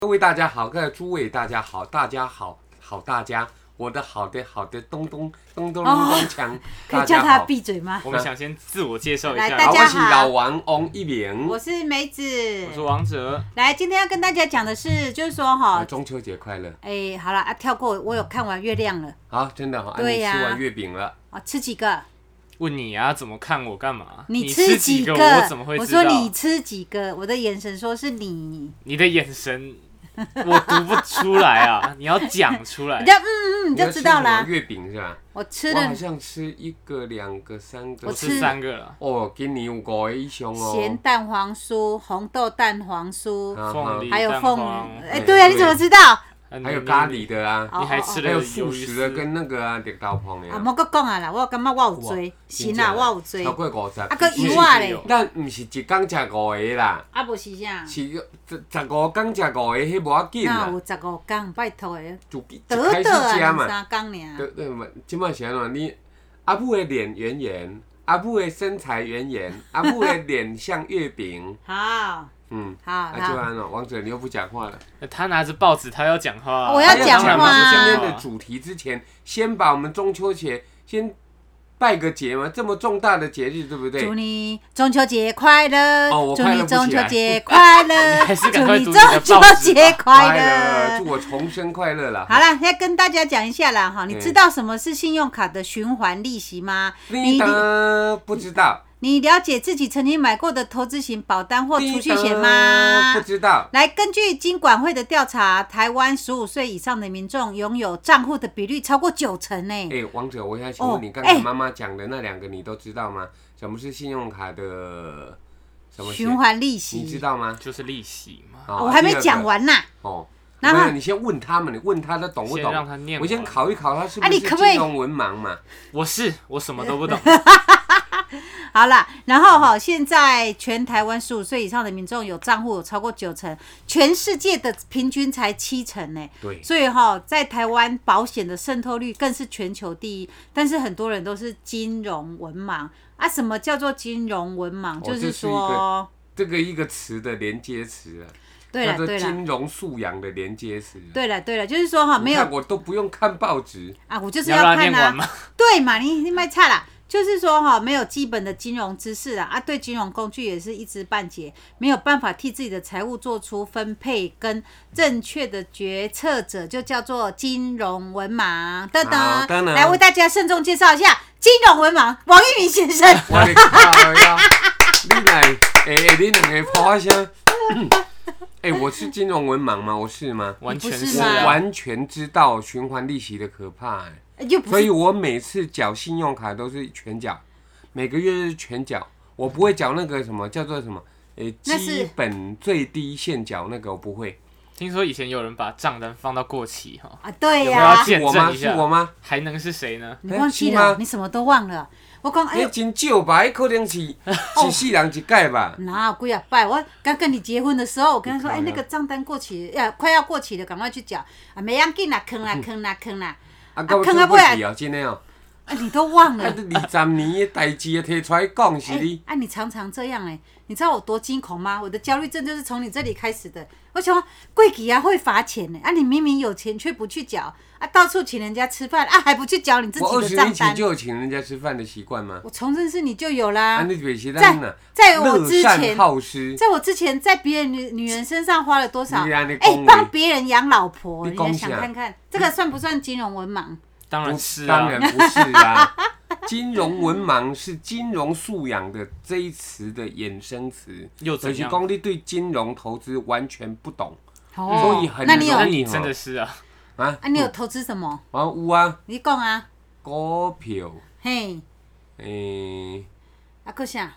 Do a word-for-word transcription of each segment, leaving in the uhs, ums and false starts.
各位大家好，各位诸位大家好，大家好，好大家，我的好的好的咚咚咚咚咚咚锵， 可以叫他闭嘴吗？ 我们想先自我介绍一下， 来，大家好， 我是老王王一鸣， 我是梅子， 我是王哲。 来，今天要跟大家讲的是，就是说哈， 中秋节快乐。 哎，好了啊，跳过，我有看完月亮了。 好，真的哈， 对呀， 你吃完月饼了啊？吃几个？ 问你啊，怎么看我干嘛？ 你吃几个？ 我怎么会知道？ 我说你吃几个？我的眼神说是你。 你的眼神。我读不出来啊！你要讲出来， 你就嗯嗯，你就知道了。 月饼是吧？ 我吃了， 我好像吃一个、两个、三个， 我吃三个了。 哦，今年有五个以上哦。 咸蛋黄酥、红豆蛋黄酥， 凤梨还有凤，哎， 对啊，你怎么知道？ 还有咖喱的啊， 你还吃了还有素食的跟那个啊，绿豆椪的啊。莫搁讲啊啦，我感觉我有追，行啦，我有追。 超过五十。 啊，搁油啊咧。 咱毋是一工食五个啦。 啊，无是啥？ 是十五工食五个，迄无要紧啦。 哪有十五工？拜托诶。 就一开始食嘛。 三工尔。 对对嘛，即摆是安怎？你阿母的脸圆圆，阿母的身材圆圆，阿母的脸像月饼。 好。 嗯， 好， 啊就安了，王者你又不讲话了。 他拿着报纸，他要讲话。 我要讲话。 今天的主题之前，先把我们中秋节先拜个节嘛，这么重大的节日，对不对？ 祝你中秋节快乐！ 哦， 祝你中秋节快乐！祝你中秋节快乐！ 祝我重生快乐啦！ 好了，要跟大家讲一下啦哈，你知道什么是信用卡的循环利息吗？ 你不知道。 你了解自己曾经买过的投资型保单或储蓄险吗？ 不知道。 来，根据金管会的调查，台湾十五岁以上的民众拥有账户的比率超过九成呢。 哎，王者，我想请问你，刚才妈妈讲的那两个你都知道吗？什么是信用卡的什么循环利息？ 你知道吗？ 就是利息嘛。 我还没讲完呢。 哦。然后你先问他们，你问他他懂不懂？ 先让他念。 我先考一考他是不是金融文盲嘛？ 我是，我什么都不懂。 好啦，然后哈，现在全台湾十五岁以上的民众有账户有超过九成，全世界的平均才七成呢。 对， 所以哈，在台湾保险的渗透率更是全球第一，但是很多人都是金融文盲啊。什么叫做金融文盲？ 哦、 就是说这个一个词的连接词啊。 对了对了， 金融素养的连接词。 对了对了，就是说哈，没有我都不用看报纸啊，我就是要看啊。对嘛，你你卖差啦。就是说哈，没有基本的金融知识啊，啊，对金融工具也是一知半解，没有办法替自己的财务做出分配跟正确的决策者，就叫做金融文盲。噔噔，来为大家慎重介绍一下金融文盲王一鸣先生。 我的靠呀！你来，哎哎，你两个破声。哎，我是金融文盲吗？我是吗？ 完全是， 我完全知道循环利息的可怕哎。所以我每次缴信用卡都是全缴，每个月是全缴，我不会缴那个什么叫做什么，诶，基本最低限缴那个我不会。 听说以前有人把账单放到过期哈， 啊对呀， 要见证一下， 是我吗？ 还能是谁呢？ 你忘记了？你什么都忘了。我讲哎，真少吧？可能是一世人一届吧。 哪有几啊摆？我刚跟你结婚的时候，我跟他说，哎，那个账单过期，呀，快要过期了，赶快去缴。啊，没要紧啦，坑啦，坑啦，坑啦。 啊，坑啊不啊，真的哦。 啊，你都忘了。 啊，二十年的代志提出来讲是你。 啊，你常常这样哎，你知道我多惊恐吗？我的焦虑症就是从你这里开始的。我想贵期啊会罚钱呢，啊，你明明有钱却不去缴，啊，到处请人家吃饭，啊，还不去缴你自己的账单。我二十年前就有请人家吃饭的习惯吗？ 我从认识你就有啦。 啊，你就是咱呐， 在我之前， 好施在我之前，在别人女女人身上花了多少？ 哎， 帮别人养老婆，你来想看看，这个算不算金融文盲？ 当然是啊，当然不是啊。金融文盲是金融素养的这一词的衍生词，就是讲你对金融投资完全不懂， 哦、 所以很容易。 那你真的是啊？ 啊，啊你有投资什么？ 啊，有啊。 你讲啊。 股票。 嘿。 诶。 啊，搁啥？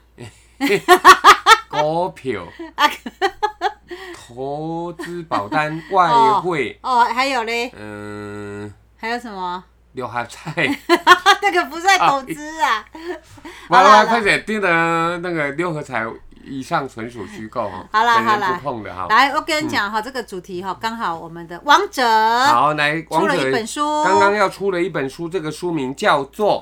股票。啊。投资保单、外汇。 哦，还有嘞。 嗯。 还有什么？ 六合彩， 那个不算投资啊。 好了，快点订的那个六合彩以上纯属虚构哈。 好了好了， 不碰的哈。 来，我跟你讲哈，这个主题哈，刚好我们的王者好来， 出了一本书， 刚刚要出了一本书，这个书名叫做《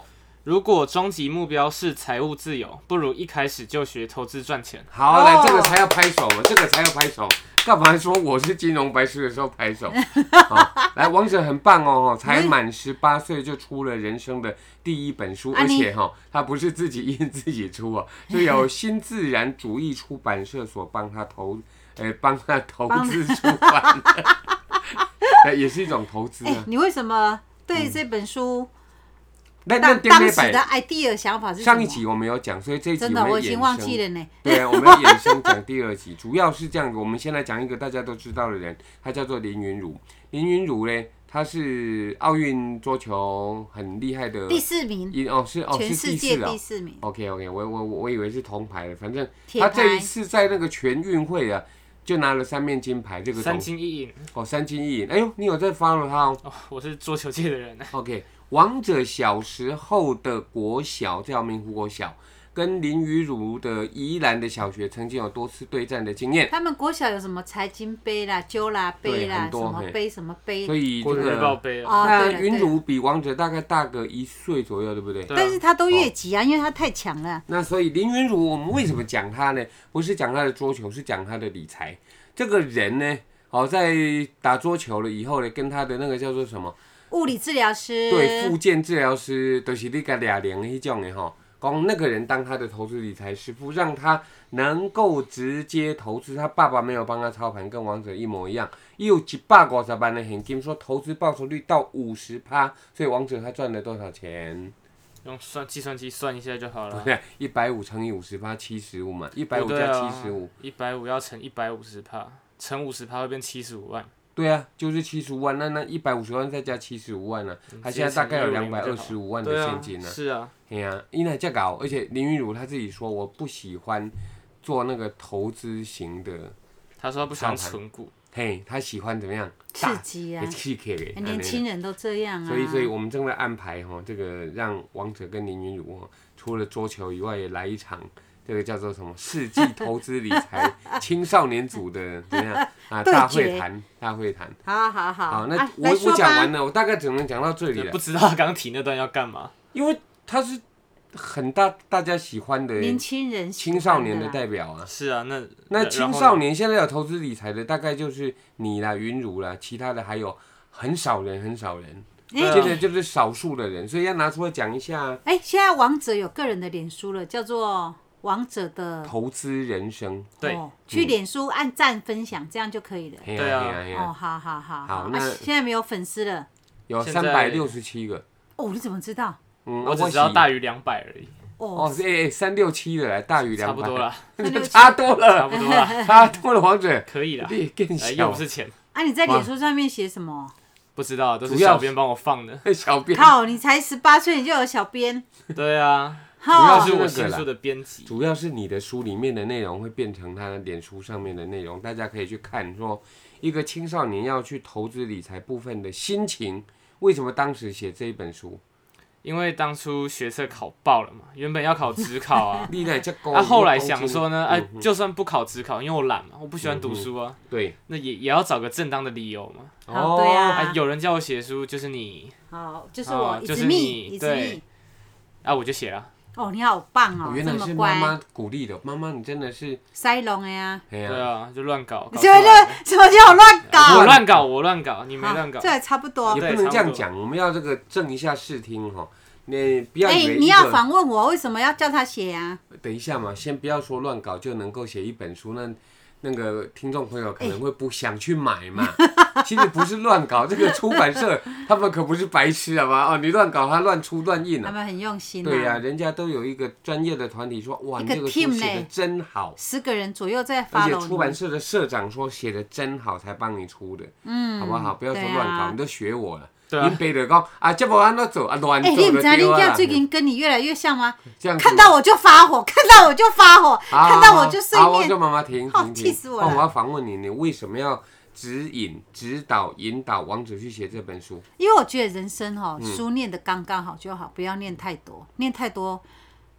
如果终极目标是财务自由，不如一开始就学投资赚钱。 好，哦、来这个才要拍手嘛，这个才要拍手。干嘛说我是金融白痴的时候拍手？好，来，王者很棒哦，才满十八岁就出了人生的第一本书，而且哈，他不是自己印自己出哦，是由新自然主义出版社所帮他投，呃，帮他投资出版的，也是一种投资啊、欸。 你为什么对这本书？嗯那那当时的 idea 想法是什么？ 上一集我们有讲，所以这一集我们真的我已经忘记了呢。 对啊，我们要衍生讲第二集，主要是这样子。我们先来讲一个大家都知道的人，他叫做林云儒。林云儒呢，他是奥运桌球很厉害的第四名， 哦是哦全世界第四名。 OK OK， 我我我以为是铜牌的，反正他这一次在那个全运会啊，就拿了三面金牌，这个三金一银哦，三金一银。哎呦，你有在 follow 他哦？ 哦，我是桌球界的人。 OK。王者小时候的国小叫明湖国小，跟林于儒的宜兰的小学曾经有多次对战的经验。 他们国小有什么财经杯啦、揪啦杯啦，什么杯什么杯， 所以这个报杯啊。 那云儒比王者大概大个一岁左右，对不对？ 但是他都越级啊，因为他太强了。 那所以林云儒，我们为什么讲他呢？不是讲他的桌球，是讲他的理财。这个人呢，好在打桌球了以后呢，跟他的那个叫做什么？ 物理治疗师， 对，复健治疗师都、就是你个俩零那种的哈，讲那个人当他的投资理财师傅，让他能够直接投资。他爸爸没有帮他操盘，跟王者一模一样，有一百五十万的现金，说投资报酬率到五十趴，所以王者他赚了多少钱？ 用算计算机算一下就好了。 对，一百五乘以五十趴，七十五嘛，一百五加七十五， 一百五要乘一百五十趴，乘五十趴会变七十五万。 对啊，就是七十五万，那那一百五十万再加七十五万呢、啊，他现在大概有两百二十五万的现金呢、 啊。是啊， 哎呀、啊，因为这搞，而且林云儒他自己说，我不喜欢做那个投资型的。 他说他不喜欢存股。 嘿，他喜欢怎么样？ 刺激啊！ 刺激的， 年轻人都这样啊。 所以，所以我们正在安排哈，这个让王者跟林云儒哈，除了桌球以外，也来一场。这个叫做什么世纪投资理财青少年组的怎么样啊？大会谈，大会谈。 好好好。 好，那我、啊、我讲完了，我大概只能讲到这里了。 不知道他刚提那段要干嘛？ 因为他是很大大家喜欢的年轻人、 青少年的代表啊。 是啊，那那青少年现在有投资理财的，大概就是你啦、云儒啦，其他的还有很少人，很少人。现在就是少数的人，所以要拿出来讲一下。 哎、欸，现在王者有个人的脸书了，叫做。王者的投资人生， 对， 哦、去脸书按赞分享，这样就可以了。 对啊， 哦，好好好， 好，那、 啊、现在没有粉丝了， 有三百六十七个。 哦，你怎么知道？ 嗯，我只知道大于两百而已。 哦，哎，三六七的，大于两百， 差不多了， 差多了， 差不多了， 差多了，王者可以了， 更小， 又不是钱。 啊，你在脸书上面写什么？ 不知道，都是小编帮我放的。 小编， 靠，你才十八岁，你就有小编？ 对啊。 主要是我新书的编辑， 主要是你的书里面的内容会变成他的脸书上面的内容，大家可以去看说一个青少年要去投资理财部分的心情。为什么当时写这一本书？ 因为当初学测考爆了嘛，原本要考指考啊， 啊后来想说呢，哎、嗯啊，就算不考指考，因为我懒嘛，我不喜欢读书啊， 嗯、对， 那也也要找个正当的理由嘛。 哦，对啊， 啊有人叫我写书，就是你， 好，就是我， 哦、就是你，对，啊，我就写了。 哦，你好棒哦！ 原来是妈妈鼓励的，妈妈你真的是塞隆的呀。 对啊，就乱搞。 什么叫什么叫乱搞？ 我乱搞，我乱搞，你没乱搞。 这也差不多。 也不能这样讲，我们要这个正一下视听哈。你不要以为哎，你要访问我，为什么要叫他写啊？ 等一下嘛，先不要说乱搞就能够写一本书，那那个听众朋友可能会不想去买嘛。其实不是乱搞，这个出版社他们可不是白痴好吗？哦，你乱搞，他乱出乱印、啊、 他们很用心、啊。 对呀、啊，人家都有一个专业的团体说，哇，你这个书写的真好， 十个人左右在 follow 你。 而且出版社的社长说写的真好，才帮你出的，嗯，好不好？不要说乱搞、啊，你都学我了。你背着讲啊，这不按怎走啊，乱走就对了。哎， 你唔知道你家最近跟你越来越像吗？ 这样看到我就发火，看到我就发火，看到我就碎念。 好，我说妈妈停停停， 气死我了！ 我要访问你，你为什么要指引、指导、引导王者去写这本书？ 因为我觉得人生哈、哦，书念得刚刚好就好，不要念太多，念太多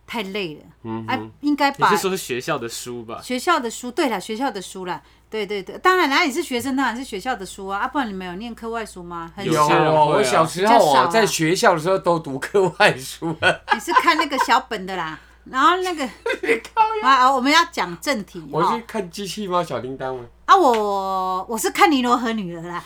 太累了， 嗯啊，应该把你是说是学校的书吧？ 学校的书，对了，学校的书啦，对对对，当然啦，你是学生，当然是学校的书啊，啊，不然你们有念课外书吗？很有少， 哦，我小时候哦， 比较少啊在学校的时候都读课外书啊。 你是看那个小本的啦，然后那个啊，我们要讲正题， 我是看机器猫小叮当吗？ 啊，我我是看尼罗河女儿啦。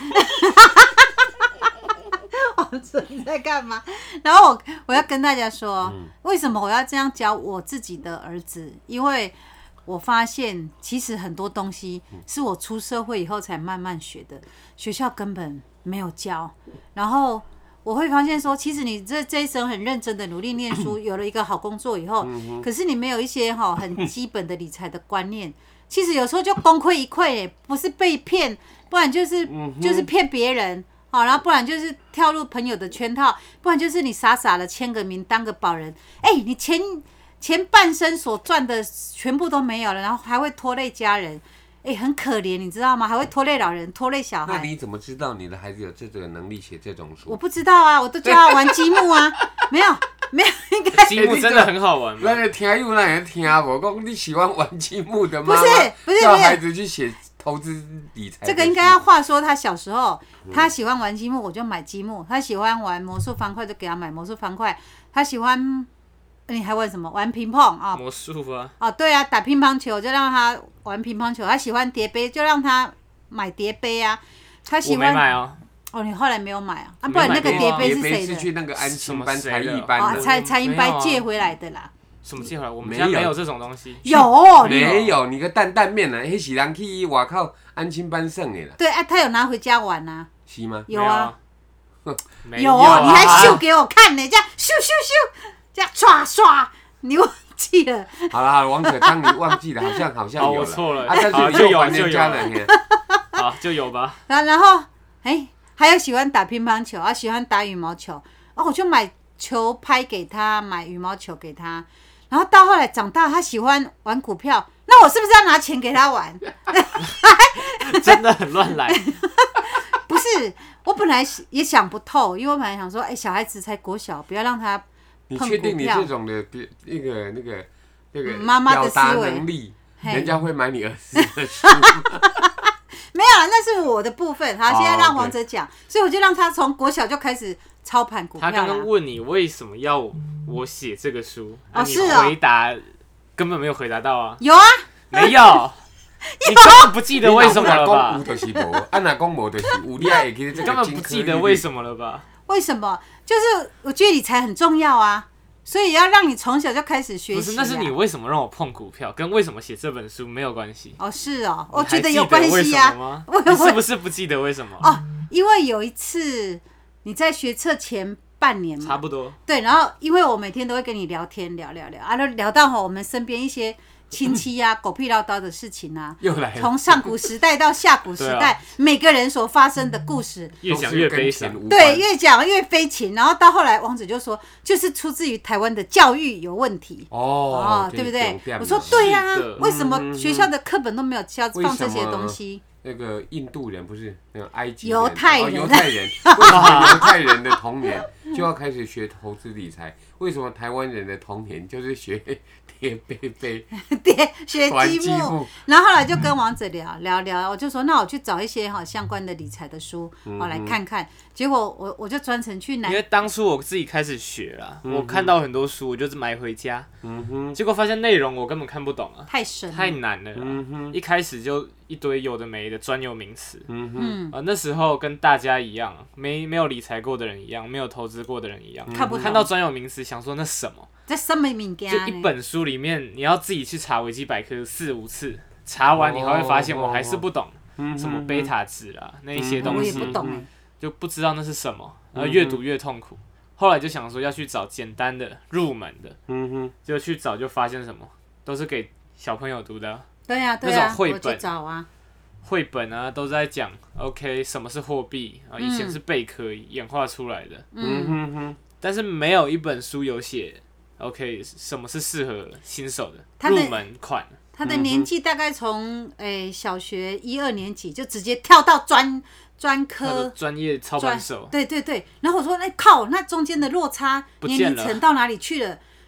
王子你在干嘛？然后我我要跟大家说，嗯、为什么我要这样教我自己的儿子？因为我发现其实很多东西是我出社会以后才慢慢学的，学校根本没有教。然后我会发现说，其实你这这一生很认真的努力念书，有了一个好工作以后，嗯、可是你没有一些哈很基本的理财的观念，其实有时候就功亏一篑，不是被骗，不然就是就是骗别人。好，然后不然就是跳入朋友的圈套，不然就是你傻傻的签个名当个保人，哎、欸，你前前半生所赚的全部都没有了，然后还会拖累家人，哎、欸，很可怜，你知道吗？还会拖累老人，拖累小孩。 那你怎么知道你的孩子有这个能力写这种书？ 我不知道啊，我都叫他玩积木啊，没有没有，应该积木真的很好玩吗？ 那个听友那人听我讲，你喜欢玩积木的妈妈， 不是不是叫孩子去写投资理财。 这个应该要话说，他小时候他喜欢玩积木，我就买积木；他喜欢玩魔术方块，就给他买魔术方块；他喜欢，你还玩什么？玩乒乓啊？ 魔术啊？ 哦，对啊，打乒乓球就让他玩乒乓球；他喜欢叠杯，就让他买叠杯啊。他喜欢。 我没买哦。 哦，你后来没有买啊？啊，不然那个叠杯是谁的？ 是去那个安亲班、才艺班的， 哦，才才艺班借回来的啦。 什么借回来？我们家没有这种东西。 有， 没有，你个担担面啊，那是人去外口安亲班送的啦。 对啊，他有拿回家玩啊。 是吗？ 有啊。 有啊，你还秀给我看呢，这样咻咻咻，这样刷刷，你忘记了？ 好了好了，王者，当你忘记了，好像好像有了。 我错了。 啊，但是就有就有了。 好，就有吧。 然然后，哎，还有喜欢打乒乓球啊，喜欢打羽毛球啊，我就买球拍给他，买羽毛球给他。然后到后来长大，他喜欢玩股票，那我是不是要拿钱给他玩？ 真的很乱来。 不是，我本来也想不透，因为我本来想说，哎、欸，小孩子才国小，不要让他碰股票。 你确定你这种的那个那个那个妈妈的表达能力，人家会买你儿子的书？ 没有啦，那是我的部分。好，现在让黄哲讲， oh, okay. 所以我就让他从国小就开始操盘股票。 他刚刚问你为什么要我写这个书， 哦， 是啊，你回答根本没有回答到啊。 有啊， 没有。你根本不记得为什么了吧？ 有就是无，啊那讲无就是有，你还会记得这个。 根本不记得为什么了吧？ 为什么？就是我觉得理财很重要啊，所以要让你从小就开始学习、啊。 不是，那是你为什么让我碰股票，跟为什么写这本书没有关系。 哦，是哦，我觉得有关系呀、啊。 你是不是不记得为什么？ 哦，因为有一次你在学测前半年嘛， 差不多。 对，然后因为我每天都会跟你聊天，聊聊聊啊，聊到吼我们身边一些亲戚呀、啊、狗屁唠叨的事情啊， 又来了。 从上古时代到下古时代，啊、每个人所发生的故事， 越讲越悲伤。 对，越讲越悲情。然后到后来，王子就说，就是出自于台湾的教育有问题。 哦， 哦对不对？我说对呀、啊，为什么学校的课本都没有教放这些东西？ 那个印度人不是那个埃及犹太人， 犹太人为什么犹太人的童年就要开始学投资理财？为什么台湾人的童年就是学叠杯杯、 叠学积木？然后后来就跟王子聊聊聊，我就说那我去找一些哈相关的理财的书，我来看看。结果我我就专程去南， 因为当初我自己开始学啦，我看到很多书，我就是买回家，结果发现内容我根本看不懂啊， 太深太难了。一开始就一堆有的没的专有名词，嗯呃那时候跟大家一样，没没有理财过的人一样，没有投资过的人一样，看不看到专有名词，想说那什么？ 这什么物件？ 就一本书里面，你要自己去查维基百科四五次，查完你还会发现我还是不懂，什么贝塔值啊那一些东西， 我也不懂哎， 就不知道那是什么，然后越读越痛苦。后来就想说要去找简单的入门的，嗯哼，就去找就发现什么都是给小朋友读的， 对呀对呀， 那种绘本找啊， 绘本啊都在讲 OK 什么是货币啊，以前是贝壳演化出来的，嗯哼哼，但是没有一本书有写 OK 什么是适合新手的入门款。 他的年纪大概从诶、欸、小学一二年级就直接跳到专专科专业操盘手， 对对对。然后我说，哎、欸、靠，那中间的落差年龄层到哪里去了？哎、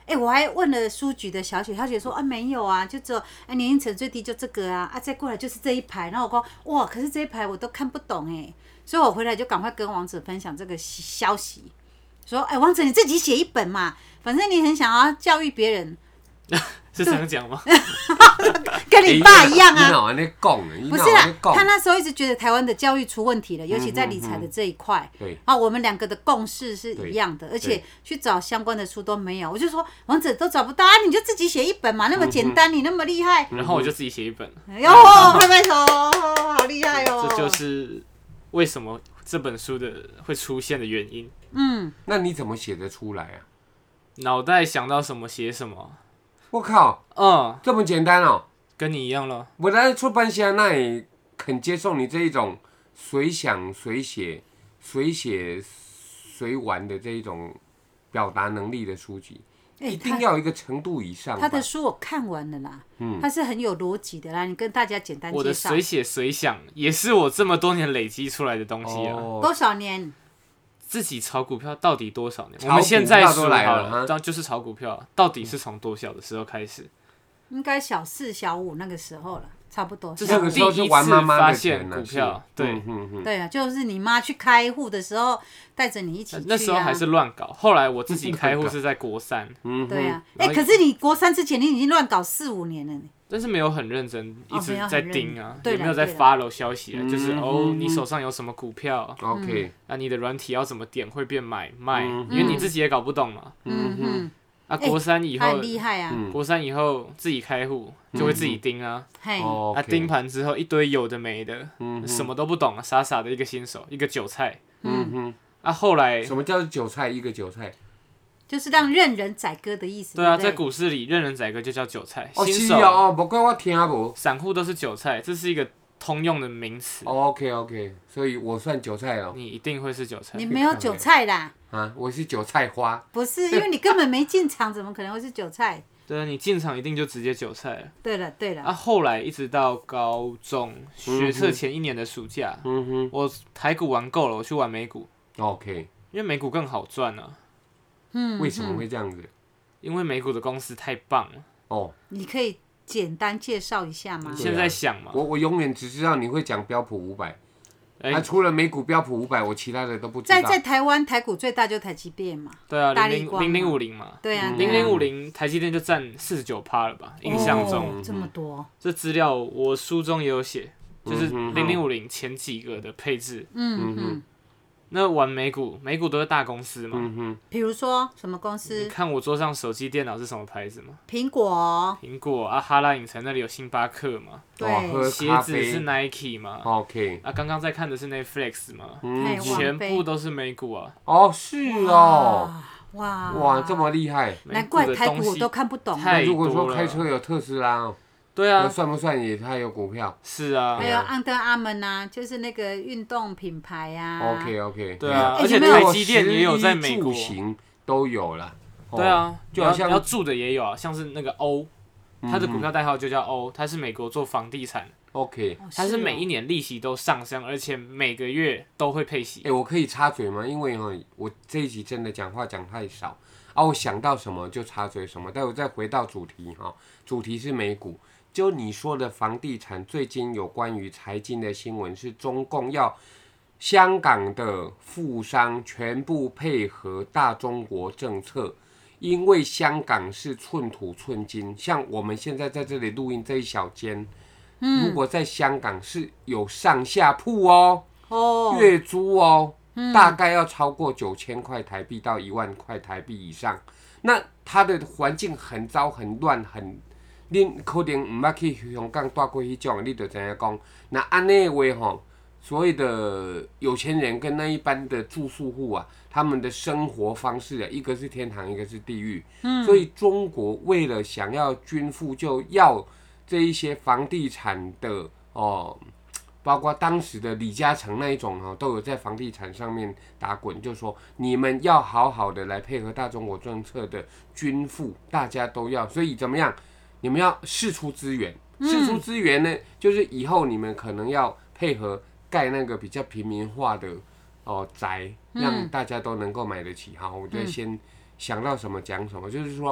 哎、欸，我还问了书局的小姐，小姐说啊没有啊，就只有哎年龄层最低就这个啊，啊再过来就是这一排。然后我说哇，可是这一排我都看不懂哎，所以我回来就赶快跟王子分享这个消息，说哎、欸、王子你自己写一本嘛，反正你很想要教育别人。 是这样讲吗？ 跟你爸一样啊！ 不是啦，他那时候一直觉得台湾的教育出问题了，尤其在理财的这一块。 对。 啊，我们两个的共识是一样的，而且去找相关的书都没有。我就说王子都找不到啊，你就自己写一本嘛，那么简单，你那么厉害。 然后我就自己写一本。 哟，拍拍手，好厉害哦！ 这就是为什么这本书的会出现的原因。 嗯。 那你怎么写得出来啊？ 脑袋想到什么写什么。 我靠， 嗯， 这么简单哦， 跟你一样了。 我在出版社那里肯接受你这一种随想随写、随写随玩的这一种表达能力的书籍，欸、一定要有一个程度以上。 他的书我看完了啦，嗯，他是很有逻辑的啦。你跟大家简单介绍。 我的随写随想也是我这么多年累积出来的东西啊。 哦、多少年？ 自己炒股票到底多少年？我们现在数好了，当就是炒股票，到底是从多小的时候开始？ 应该小四、小五那个时候了，差不多。 这是第一次发现股票，对， 对啊，就是你妈去开户的时候，带着你一起去、啊。 那时候还是乱搞，后来我自己开户是在国三。 嗯，对啊，哎、欸，可是你国三之前你已经乱搞四五年了呢。 但是没有很認真，一直在盯啊， 也没有在 follow 消息啊，就是哦，你手上有什麼股票 ，OK， 那你的軟體要怎麼點會變買賣，因為你自己也搞不懂嘛。嗯哼，啊，國三以後， 很厲害啊， 國三以後自己開戶就會自己盯啊，啊，盯盤之後一堆有的沒的，什麼都不懂啊，傻傻的一個新手，一個韭菜。嗯哼，啊，後來什麼叫韭菜？一個韭菜。 就是讓任人宰割的意思。 對啊，在股市裡，任人宰割就叫韭菜。 哦，是哦，不怪我聽無。 散戶都是韭菜，這是一個通用的名詞。 哦 ，OK OK， 所以我算韭菜哦。 你一定會是韭菜。 你沒有韭菜啦。 啊，我是韭菜花。 不是，因為你根本沒進場，怎麼可能會是韭菜？ 對啊，你進場一定就直接韭菜了。 對了對了。 啊，後來一直到高中學測前一年的暑假，嗯哼，我台股玩夠了，我去玩美股。 OK。 因為美股更好賺啊。 嗯， 為什麼會這樣子？ 因為美股的公司太棒了。 哦， 你可以簡單介紹一下嗎？ 你現在想嘛？ 我我永遠只知道你會講標普五百，啊，除了美股標普五百，我其他的都不知道。 在在台灣台股最大就台積電嘛。 對啊，零零零零五零嘛。 對啊， 零零五零台積電就佔四十九趴了吧？印象中。 哦，這麼多。 這資料我書中也有寫，就是零零五零前幾個的配置。 嗯嗯。 那玩美股，美股都是大公司嘛。 嗯哼。 比如說什麼公司？ 你看我桌上手機、電腦是什麼牌子嗎？ 蘋果。 蘋果啊，哈拉影城那裡有星巴克嘛。 對。 鞋子是 Nike 嘛。 OK。 啊，剛剛在看的是 Netflix 嘛。 嗯。 全部都是美股啊。 哦，是哦。 哇。 哇，這麼厲害。 難怪台股我都看不懂。 太多了。 如果說開車有特斯拉。 對啊， 算不算也它有股票？ 是啊， 還有 Under Armour 啊，就是那個運動品牌啊。 OK OK， 對啊，而且台積電也有在美國， 都有了。 對啊，就好像要住的也有啊，像是那個歐，它的股票代號就叫歐，它是美國做房地產。 OK， 它是每一年利息都上升，而且每個月都會配息。 哎，我可以插嘴嗎？因為哈，我這一集真的講話講太少啊，我想到什麼就插嘴什麼。待會再回到主題哈，主題是美股。就你說的房地產，最近有關於財經的新聞是中共要香港的富商全部配合大中國政策，因為香港是寸土寸金，像我們現在在這裡錄音這一小間，嗯、如果在香港是有上下鋪哦，哦月租哦，嗯、大概要超過九千塊台幣到一萬塊台幣以上，那它的環境很糟、很亂、很。恁可能唔捌去香港住過迄種，你就知影講，那安尼的話吼，所謂的有錢人跟那一般的住宿戶啊，他們的生活方式啊，一個是天堂，一個是地獄。嗯。所以中國為了想要均富，就要這一些房地產的哦，包括當時的李嘉誠那一種哈，都有在房地產上面打滾，就說你們要好好的來配合大中國政策的均富，大家都要，所以怎麼樣？你們要釋出資源，釋出資源呢，嗯、就是以後你們可能要配合蓋那個比較平民化的哦宅，讓大家都能夠買得起。好，我就先想到什麼講什麼，嗯、就是說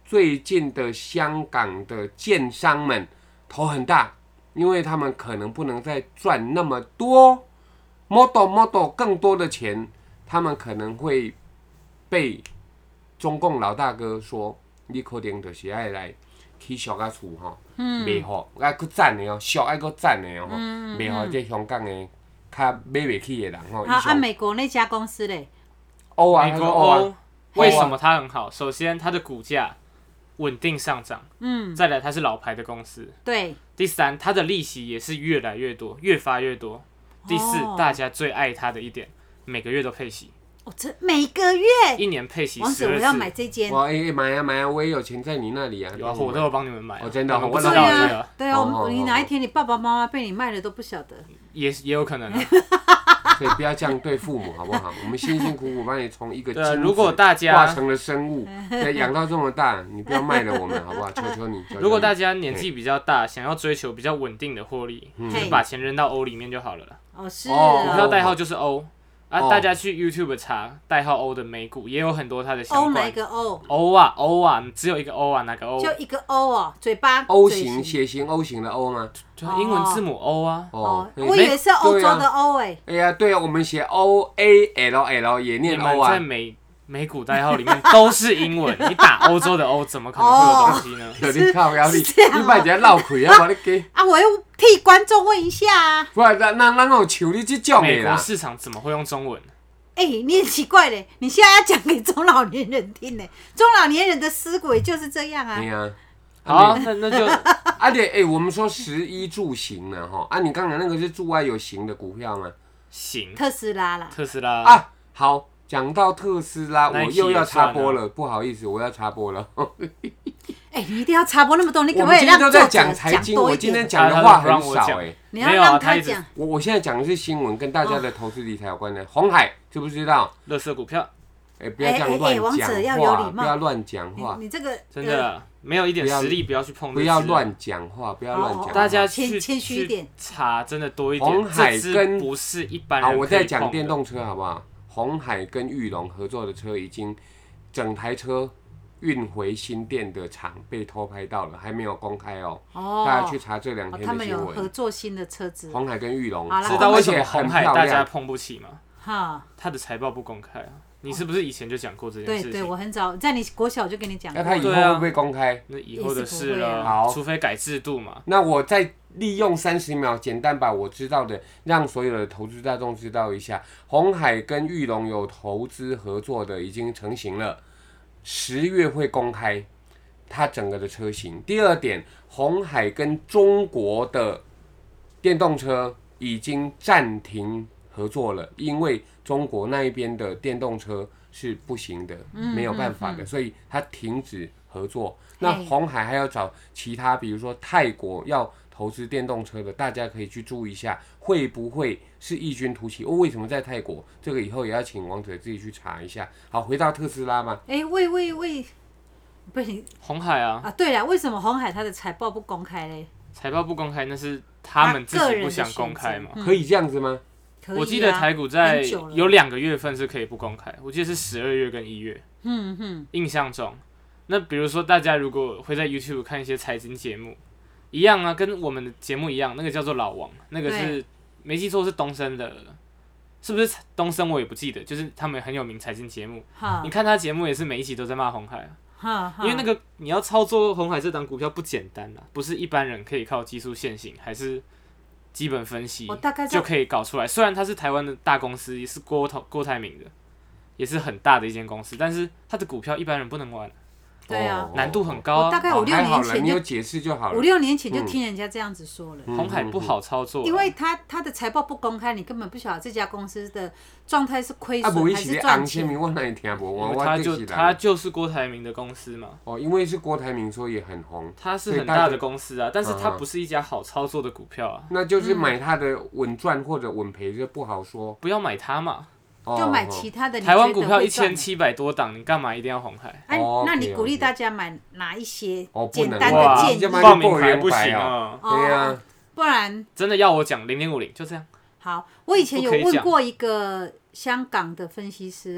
最近的香港的建商们头很大，因为他们可能不能再赚那么多 model model 更多的钱，他们可能会被中共老大哥说，你可能就是爱来起俗啊厝吼，卖好，爱搁赞的哦，俗爱搁赞的哦，卖好这香港的较买袂起的人吼。 啊啊，美国那家公司嘞？ 欧啊，美国欧，为什么它很好？首先，它的股价稳定上涨，嗯，再来它是老牌的公司， 对。 第三，它的利息也是越来越多，越发越多。第四，哦、大家最爱它的一点，每个月都配息。 哦，这每个月一年配息十二次。 王子，我要买这间。 哇，哎、欸，买啊买啊，我也有钱在你那里啊。 有啊，我都有帮你们买。 哦，真的， 我知道这个。 对啊，我你哪一天你爸爸妈妈被你卖了都不晓得。 也也有可能、啊。 所以不要这样对父母，好不好？我们辛辛苦苦把你从一个精子化成了生物，养到这么大，你不要卖了我们，好不好？求求你。求求你如果大家年纪比较大，想要追求比较稳定的获利，嗯、就是把钱扔到欧里面就好了啦。 哦，是。 股票代号就是欧。啊！大家去 YouTube 查代号欧的美股，也有很多它的相关。 欧哪一个欧？ 欧啊欧啊，只有一个欧啊，哪个欧？ 就一个欧哦，嘴巴。 O 型血型 O 型的欧吗？ 就英文字母 O 啊。 哦，我以为是欧洲的欧诶。 哎呀，对啊，我们写 O A L L 也念 O 啊。 在美美股代号里面都是英文，你打欧洲的欧，怎么可能会有东西呢？ 有你靠压力，你把人家闹亏啊！我你给啊，我要替观众问一下啊。 不然，那那那有像你这种的啦。 美国市场怎么会用中文？ 哎、欸，你很奇怪嘞！你现在要讲给中老年人听嘞，中老年人的思维就是这样啊。 对啊， 好啊，那那就而且哎，我们说食衣住行呢，哈啊，你刚才那个是住外有形的股票吗？ 行， 特斯拉啦。 特斯拉啊，好，讲到特斯拉，我又要插播了，不好意思，我要插播了。 哎、欸，你一定要插播那么多，你可不可以让作者讲财经？我今天讲的话很少哎、欸， 你要让他讲。 我我现在讲的是新闻，跟大家的投资理财有关的。鸿海知不知道？ 垃圾股票。 哎、欸，不要这样乱讲话，不要乱讲话。 你这个真的没有一点实力，不要去碰。 不要乱讲话，不要乱讲话。 大家去谦虚一点， 查真的多一点。 鸿海跟不是一般人。 好，我在讲电动车好不好？鸿海跟裕隆合作的车已经整台车运回新店的厂被偷拍到了，还没有公开哦。哦，大家去查这两天的新闻。 哦、他们有合作新的车子。 鸿海跟裕隆， 知道为什么鸿海大家碰不起吗？哈，他的财报不公开啊。你是不是以前就讲过这件事情？ 对对，我很早在你国小就跟你讲过。 那他以后会不会公开？ 那以后的事了， 好， 除非改制度嘛。 那我再利用三十秒，简单把我知道的让所有的投资大众知道一下。鸿海跟裕隆有投资合作的已经成型了，十月会公开它整个的车型。第二点，鸿海跟中国的电动车已经暂停合作了，因为中国那一边的电动车是不行的，嗯、没有办法的，嗯嗯、所以它停止合作。那鸿海还要找其他，比如说泰国要投资电动车的，大家可以去注意一下，会不会是异军突起？哦，为什么在泰国？这个以后也要请王者自己去查一下。好，回到特斯拉吧。 哎、欸，喂喂喂，不行， 鸿海啊啊，对了，为什么鸿海它的财报不公开嘞？ 财报不公开，那是他们自己不想公开嘛？ 嗯、可以这样子吗？ 我记得台股在有两个月份是可以不公开，我记得是十二月跟一月，嗯哼，印象中。那比如说大家如果会在 YouTube 看一些财经节目，一样啊，跟我们的节目一样，那个叫做老王，那个是没记错是东森的，是不是东森我也不记得，就是他们很有名财经节目。你看他节目也是每一集都在骂鸿海啊，因为那个你要操作鸿海这档股票不简单啊，不是一般人可以靠技术线型还是基本分析就可以搞出来。虽然它是台湾的大公司，也是郭郭台铭的，也是很大的一间公司，但是它的股票一般人不能玩。 对啊， 难度很高啊。 我大概五六年前就解释就好了。 五六年前就听人家这样子说了。 鸿海不好操作， 因为他他的财报不公开，你根本不晓得这家公司的状态是亏损还是赚钱。 我哪里听无？ 他就他就是郭台铭的公司嘛。 哦，因为是郭台铭，所以很红。 他是很大的公司啊，但是他不是一家好操作的股票啊。 那就是买他的稳赚或者稳赔就不好说。 不要买它嘛。 就买其他的。 台湾股票一千七百多档，你干嘛一定要鸿海？ 哎，那你鼓励大家买哪一些简单的建议？ 报名牌不行啊， 对啊， 不然真的要我讲零零五零就这样。 好，我以前有问过一个香港的分析师啊，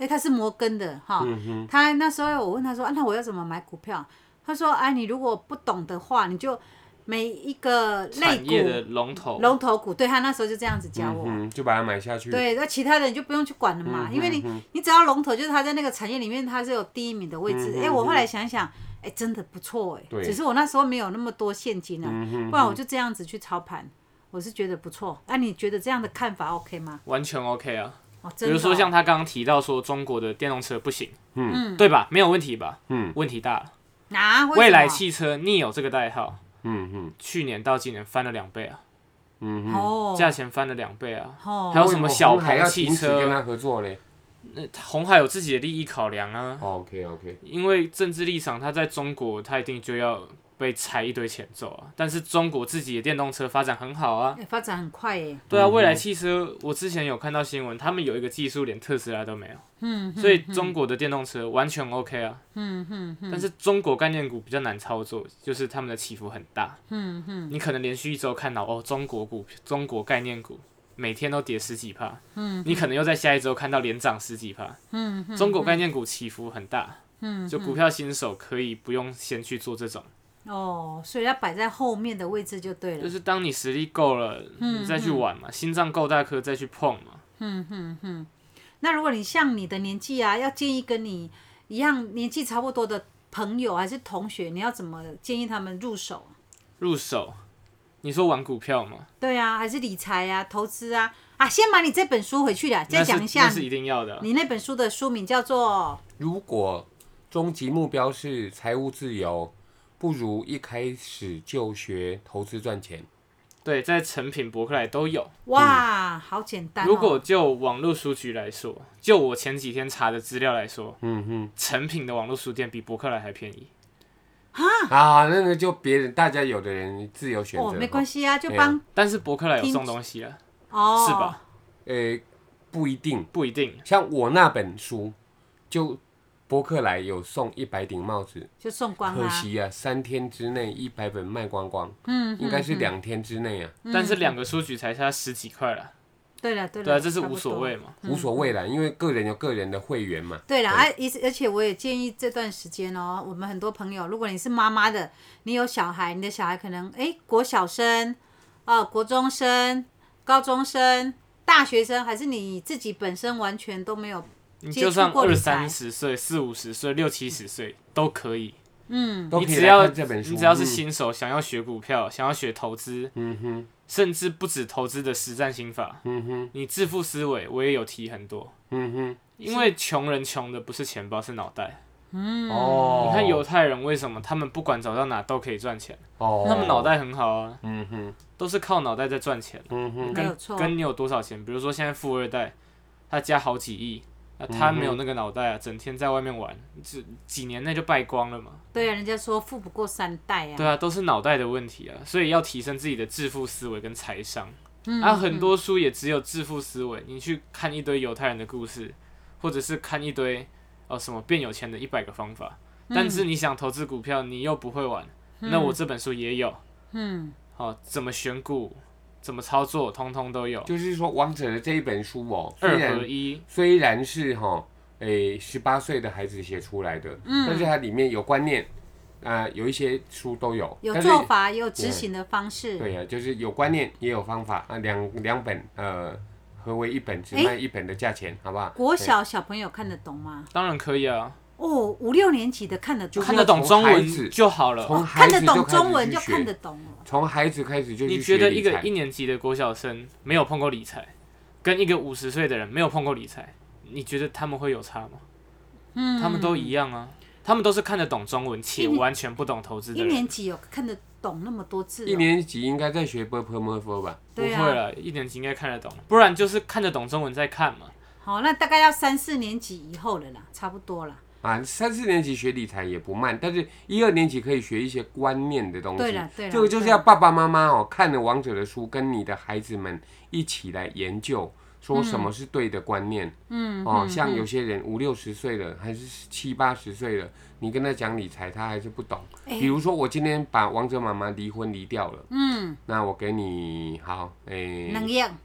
哎，他是摩根的哈，嗯、他那时候我问他说，啊，那我要怎么买股票？他说，哎、啊，你如果不懂的话，你就每一个类股的龙头龙头股，对他那时候就这样子教我， 嗯、就把它买下去。 对，那其他的你就不用去管了嘛， 嗯、 因为你你只要龙头，就是他在那个产业里面他是有第一名的位置。哎、嗯，我后来想想，哎，真的不错哎，只是我那时候没有那么多现金啊，嗯、不然我就这样子去操盘，我是觉得不错。那、啊、你觉得这样的看法 OK 吗？ 完全 OK 啊。 哦、 比如说像他刚刚提到说中国的电动车不行，嗯，对吧？没有问题吧？嗯，问题大了。 啊、 未来汽车 N I O 这个代号，嗯嗯，去年到今年翻了两倍啊，嗯嗯，价钱翻了两倍啊。哦，还有什么小鹏汽车跟他合作嘞？ 那鸿海有自己的利益考量啊。 Oh, OK OK。 因为政治立场，他在中国他一定就要被拆一堆钱走啊。但是中国自己的电动车发展很好啊， 欸、发展很快耶。 对啊，未来汽车我之前有看到新闻，他们有一个技术连特斯拉都没有。嗯，所以中国的电动车完全 OK 啊。嗯嗯嗯。但是中国概念股比较难操作，就是他们的起伏很大。嗯嗯。你可能连续一周看到哦，中国股、中国概念股每天都跌十几趴。嗯。你可能又在下一周看到连涨十几趴。嗯。中国概念股起伏很大。嗯。就股票新手可以不用先去做这种。 哦，所以要摆在后面的位置就对了。 就是当你实力够了，嗯、你再去玩嘛，嗯、心脏够大颗再去碰嘛。 嗯嗯嗯。那如果你像你的年纪啊，要建议跟你一样年纪差不多的朋友还是同学，你要怎么建议他们入手？ 入手？你说玩股票吗？ 对啊，还是理财啊、投资啊？啊，先把你这本书回去啦，再讲一下。 那是一定要的。 你那本书的书名叫做《 如果终极目标是财务自由，不如一开始就学投资赚钱》。 对，在诚品、博客来都有。 哇，嗯、好简单、哦。 如果就网络书局来说，就我前几天查的资料来说，嗯哼，诚品的网络书店比博客来还便宜。 哈啊，那个就别人大家有的人自由选择。 哦，没关系啊，就帮、啊。 但是博客来有送东西了，哦，是吧？ 呃，不一定， 不一定。 像我那本书，就。博客来有送一百顶帽子， 就送光了。 可惜啊，三天之内一百本卖光光。嗯，应该是两天之内啊。 嗯、但是两个书局才差十几块啦。 对了，对了。 对啊，这是无所谓嘛。 无所谓啦，因为个人有个人的会员嘛。 对了，而、啊、而且我也建议这段时间哦，我们很多朋友，如果你是妈妈的，你有小孩，你的小孩可能哎国小生、呃国中生、高中生、大学生，还是你自己本身完全都没有。 你就算二三十岁、四五十岁、六七十岁都可以。嗯，你只要你只要是新手，想要学股票，想要学投资，嗯哼，甚至不止投资的实战心法，嗯哼，你致富思维我也有提很多，嗯哼，因为穷人穷的不是钱包，是脑袋。嗯，哦，你看犹太人为什么他们不管走到哪都可以赚钱？哦，他们脑袋很好啊，嗯哼，都是靠脑袋在赚钱。嗯哼，跟跟你有多少钱？比如说现在富二代，他家好几亿。啊、他没有那个脑袋啊，整天在外面玩，几几年内就败光了嘛。 对啊，人家说富不过三代啊。 对啊，都是脑袋的问题啊，所以要提升自己的致富思维跟财商。嗯，啊，很多书也只有致富思维，你去看一堆犹太人的故事，或者是看一堆哦什么变有钱的一百个方法，嗯、但是你想投资股票，你又不会玩，嗯、那我这本书也有。嗯，好、哦，怎么选股？怎么操作，通通都有。 就是说，王者的这一本书哦， 二合一， 虽然是哈，诶，十八岁的孩子写出来的，嗯，但是它里面有观念，啊、呃，有一些书都有， 有做法，也有执行的方式。 对呀、啊，就是有观念，也有方法啊，两两本，呃，合为一本，只卖一本的价钱，好不好？ 国小小朋友看得懂吗？ 当然可以啊。 哦，五六年级的看得懂， 看得懂中文就好了。 看得懂中文就看得懂了。 从孩子开始就去学理财。 你觉得一个一年级的国小生没有碰过理财，跟一个五十岁的人没有碰过理财，你觉得他们会有差吗？嗯，他们都一样啊，他们都是看得懂中文且完全不懂投资的人。 一年级有看得懂那么多字、哦？ 一年级应该在学 b p m f 吧？ 不会了，一年级应该看得懂，不然就是看得懂中文再看嘛。 好，那大概要三四年级以后了啦，差不多啦。 啊，三四年级学理财也不慢，但是一二年级可以学一些观念的东西。 对了，对了， 这个就是要爸爸妈妈哦看了王者的书，跟你的孩子们一起来研究，说什么是对的观念。嗯，哦，像有些人五六十岁了，还是七八十岁了，你跟他讲理财，他还是不懂。欸、比如说，我今天把王者妈妈离婚离掉了，嗯，那我给你好，诶、欸， 两样。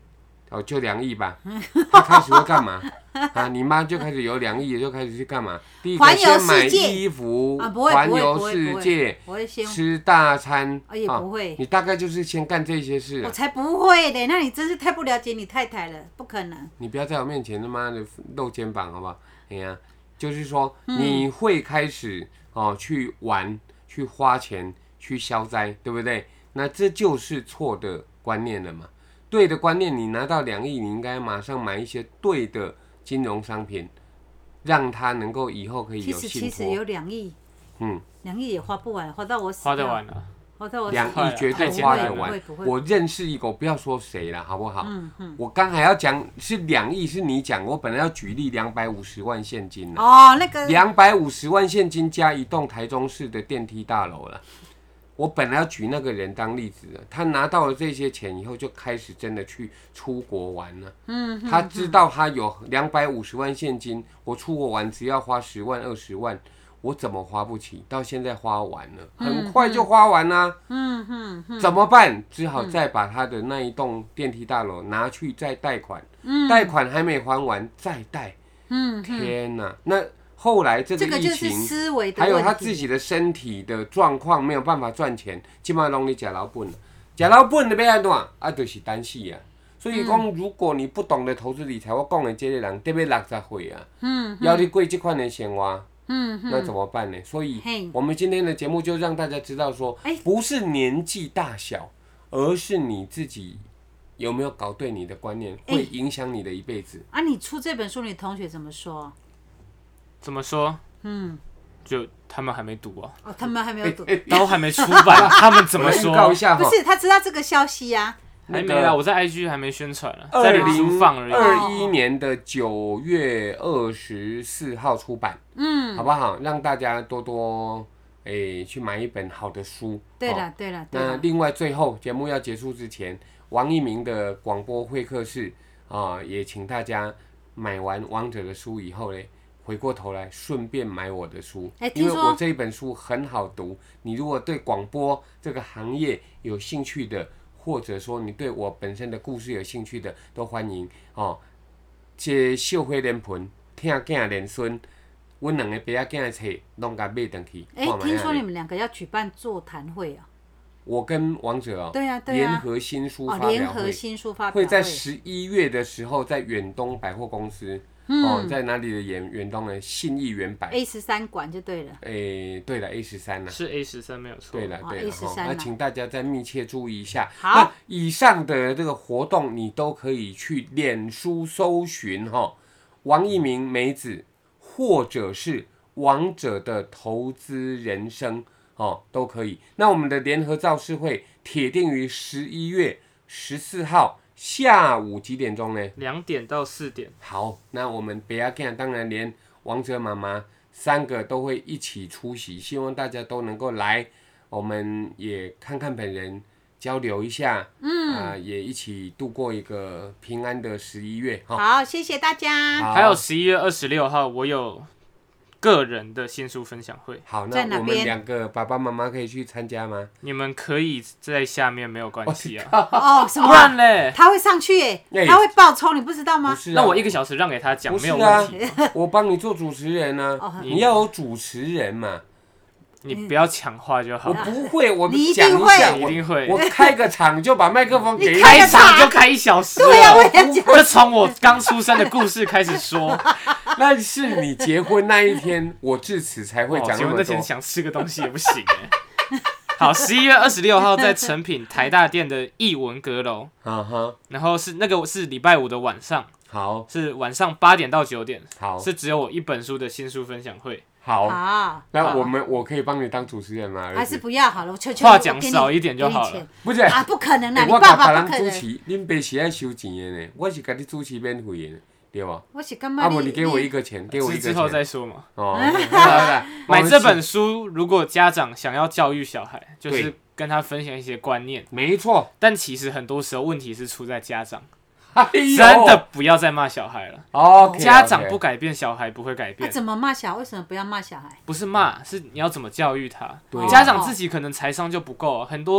哦，就两亿吧。他开始会干嘛？啊，你妈就开始有两亿，就开始去干嘛？第一个先买衣服，环游世界，吃大餐。 啊，也不会。 你大概就是先干这些事。 我才不会嘞！那你真是太不了解你太太了，不可能。 你不要在我面前他妈的露肩膀，好不好？哎呀，就是说你会开始哦去玩、去花钱、去消灾，对不对？那这就是错的观念了嘛。对的观念，你拿到两亿，你应该马上买一些对的金融商品，让它能够以后可以有信托。 其实其实有两亿，嗯，两亿也花不完，花到我死掉。 花得完啊， 花到我死两亿绝对花得完。我认识一个，我不要说谁了，好不好？嗯嗯。我刚还要讲是两亿，是你讲，我本来要举例两百五十万现金了。 哦，那个两百五十万现金加一栋台中市的电梯大楼了。我本来要举那个人当例子的，他拿到了这些钱以后，就开始真的去出国玩了。嗯，他知道他有两百五十万现金，我出国玩只要花十万二十万，我怎么花不起？到现在花完了，很快就花完啦。嗯嗯嗯，怎么办？只好再把他的那一栋电梯大楼拿去再贷款，贷款还没还完再贷。嗯，天哪，那。后来这个疫情，还有他自己的身体的状况没有办法赚钱，基本上拢你吃老本了，吃老本的要安怎？啊，就是担死啊。所以讲，如果你不懂得投资理财，我讲的这个人得要六十岁啊，嗯，要你过这款的生活，嗯，那怎么办呢？所以，我们今天的节目就让大家知道说，不是年纪大小，而是你自己有没有搞对你的观念，会影响你的一辈子。 啊，你出这本书，你同学怎么说？ 怎么说？嗯，就他们还没读啊。 哦，他们还没有读， 都还没出版，他们怎么说？ 不是，他知道这个消息啊。 还没啊，我在 I G 还没宣传啊，在脸书放而已。 二一年的九月二十四号出版，嗯，好不好？让大家多多诶去买一本好的书。 对了，对了， 那另外最后节目要结束之前，王一鸣的广播会客室啊，也请大家买完王者的书以后嘞。回过头来，顺便买我的书，因为我这一本书很好读。你如果对广播这个行业有兴趣的，或者说你对我本身的故事有兴趣的，都欢迎哦。这秀花莲盆、听囝连孙，阮两个爸仔囝的册，拢甲买回去。 哎、欸，听说你们两个要举办座谈会啊？ 我跟王者哦， 对啊，对啊， 联合新书发表会， 联合新书发表会会在十一月的时候，在远东百货公司。嗯、哦，在哪里的远远东呢？信义远百 A 十三馆就对了。 诶、欸，对了 ，A 十三呢？ 是 A 十三没有错。 对了，对了， 哈、哦， 那请大家再密切注意一下。 好， 那以上的这个活动，你都可以去脸书搜寻哈、哦，王一鸣梅子，或者是王者的投资人生哦，都可以。那我们的联合造势会铁定于十一月十四号。下午几点钟呢？ 两点到四点。 好，那我们北亚 King 当然连王者妈妈三个都会一起出席，希望大家都能够来，我们也看看本人，交流一下，嗯，啊、呃，也一起度过一个平安的十一月。 好，谢谢大家。 还有十一月二十六号，我有个人的新书分享会。 好，那我们两个爸爸妈妈可以去参加吗？ 你们可以在下面没有关系啊。 哦，什么？ 不然嘞， 他会上去耶，他会爆冲，你不知道吗？ 不是啊， 那我一个小时让给他讲， 啊、 没有问题。 我帮你做主持人呢、啊，你要有主持人嘛。 你不要抢话就好。 我不会，我你一定会，一定会。 我开个场就把麦克风给你， 开场就开一小时。 对呀、啊，我也讲。 就从我刚出生的故事开始说。 那是你结婚那一天，我至此才会讲那么多。 结婚那天想吃个东西也不行哎。好，十一月二十六号在诚品台大店的艺文阁楼，然后是那个是礼拜五的晚上， 好， 是晚上八点到九点， 好， 是只有我一本书的新书分享会。 好，那我们我可以帮你当主持人吗？ 还是不要好了，我求求话讲少一点就好了。 不是啊，不可能啦，你爸爸不可能。 恁爸是爱收钱的呢，我是给你主持免费的。对吧？ 我是干嘛？ 啊不，你给我一个钱，给我一个钱。 之后再说嘛。 哦， 买这本书，如果家长想要教育小孩，就是跟他分享一些观念。 没错。 但其實很多时候问题是出在家长。 哎、 真的不要再骂小孩了。 哦、okay, 家长不改变，小孩不会改变。 那、啊、怎么骂小孩？为什么不要骂小孩？ 不是骂，是你要怎么教育他。家长自己可能财商就不够、啊，很多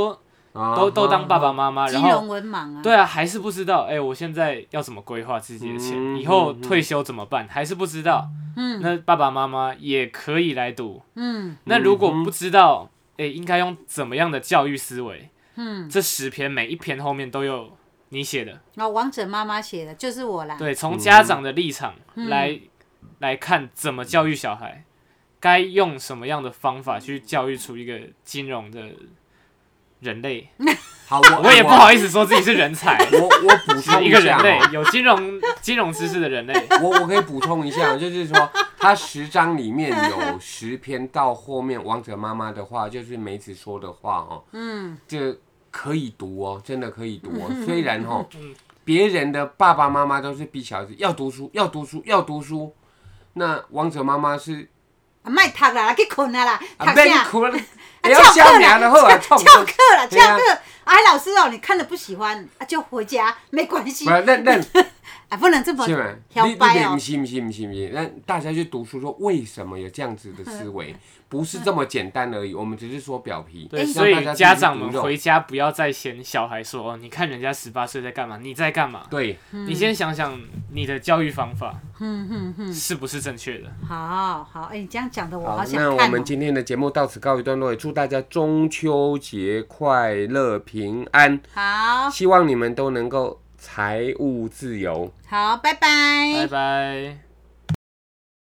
都都当爸爸妈妈，然后金融文盲啊， 对啊，还是不知道，哎、欸，我现在要怎么规划自己的钱，嗯、以后退休怎么办，还是不知道。嗯，那爸爸妈妈也可以来读。嗯，那如果不知道，哎、欸，应该用怎么样的教育思维？嗯，这十篇每一篇后面都有你写的。 哦，王者妈妈写的，就是我啦。 对，从家长的立场来、嗯、来看怎么教育小孩，该用什么样的方法去教育出一个金融的人类。 好，我我也不好意思说自己是人才， 我我补充一个人类，有金融金融知识的人类。 我我可以补充一下，就是说，它十章里面有十篇到后面王者妈妈的话，就是梅子说的话哦，嗯，这可以读哦，真的可以读哦。虽然哦，别人的爸爸妈妈都是逼小孩子要读书，要读书，要读书，那王者妈妈是。 啊，莫读啦，去困啊啦，读啥？不要消名就好啊， 翘课啦，翘课。哎，老师哦，你看了不喜欢啊，就回家，没关系。 不，那那啊，不能这么摇摆哦。不是不是不是不是，那大家去读书说为什么有这样子的思维，不是这么简单而已。我们只是说表皮。 对，所以家长们回家不要再嫌小孩说，哦，你看人家十八岁在干嘛，你在干嘛？ 对， 你先想想你的教育方法，是不是正确的？ 好好，哎，你这样讲的我好想看。 那我们今天的节目到此告一段落，也祝大家中秋节快乐平安。 好， 希望你们都能够财务自由。 好，拜拜。 拜拜。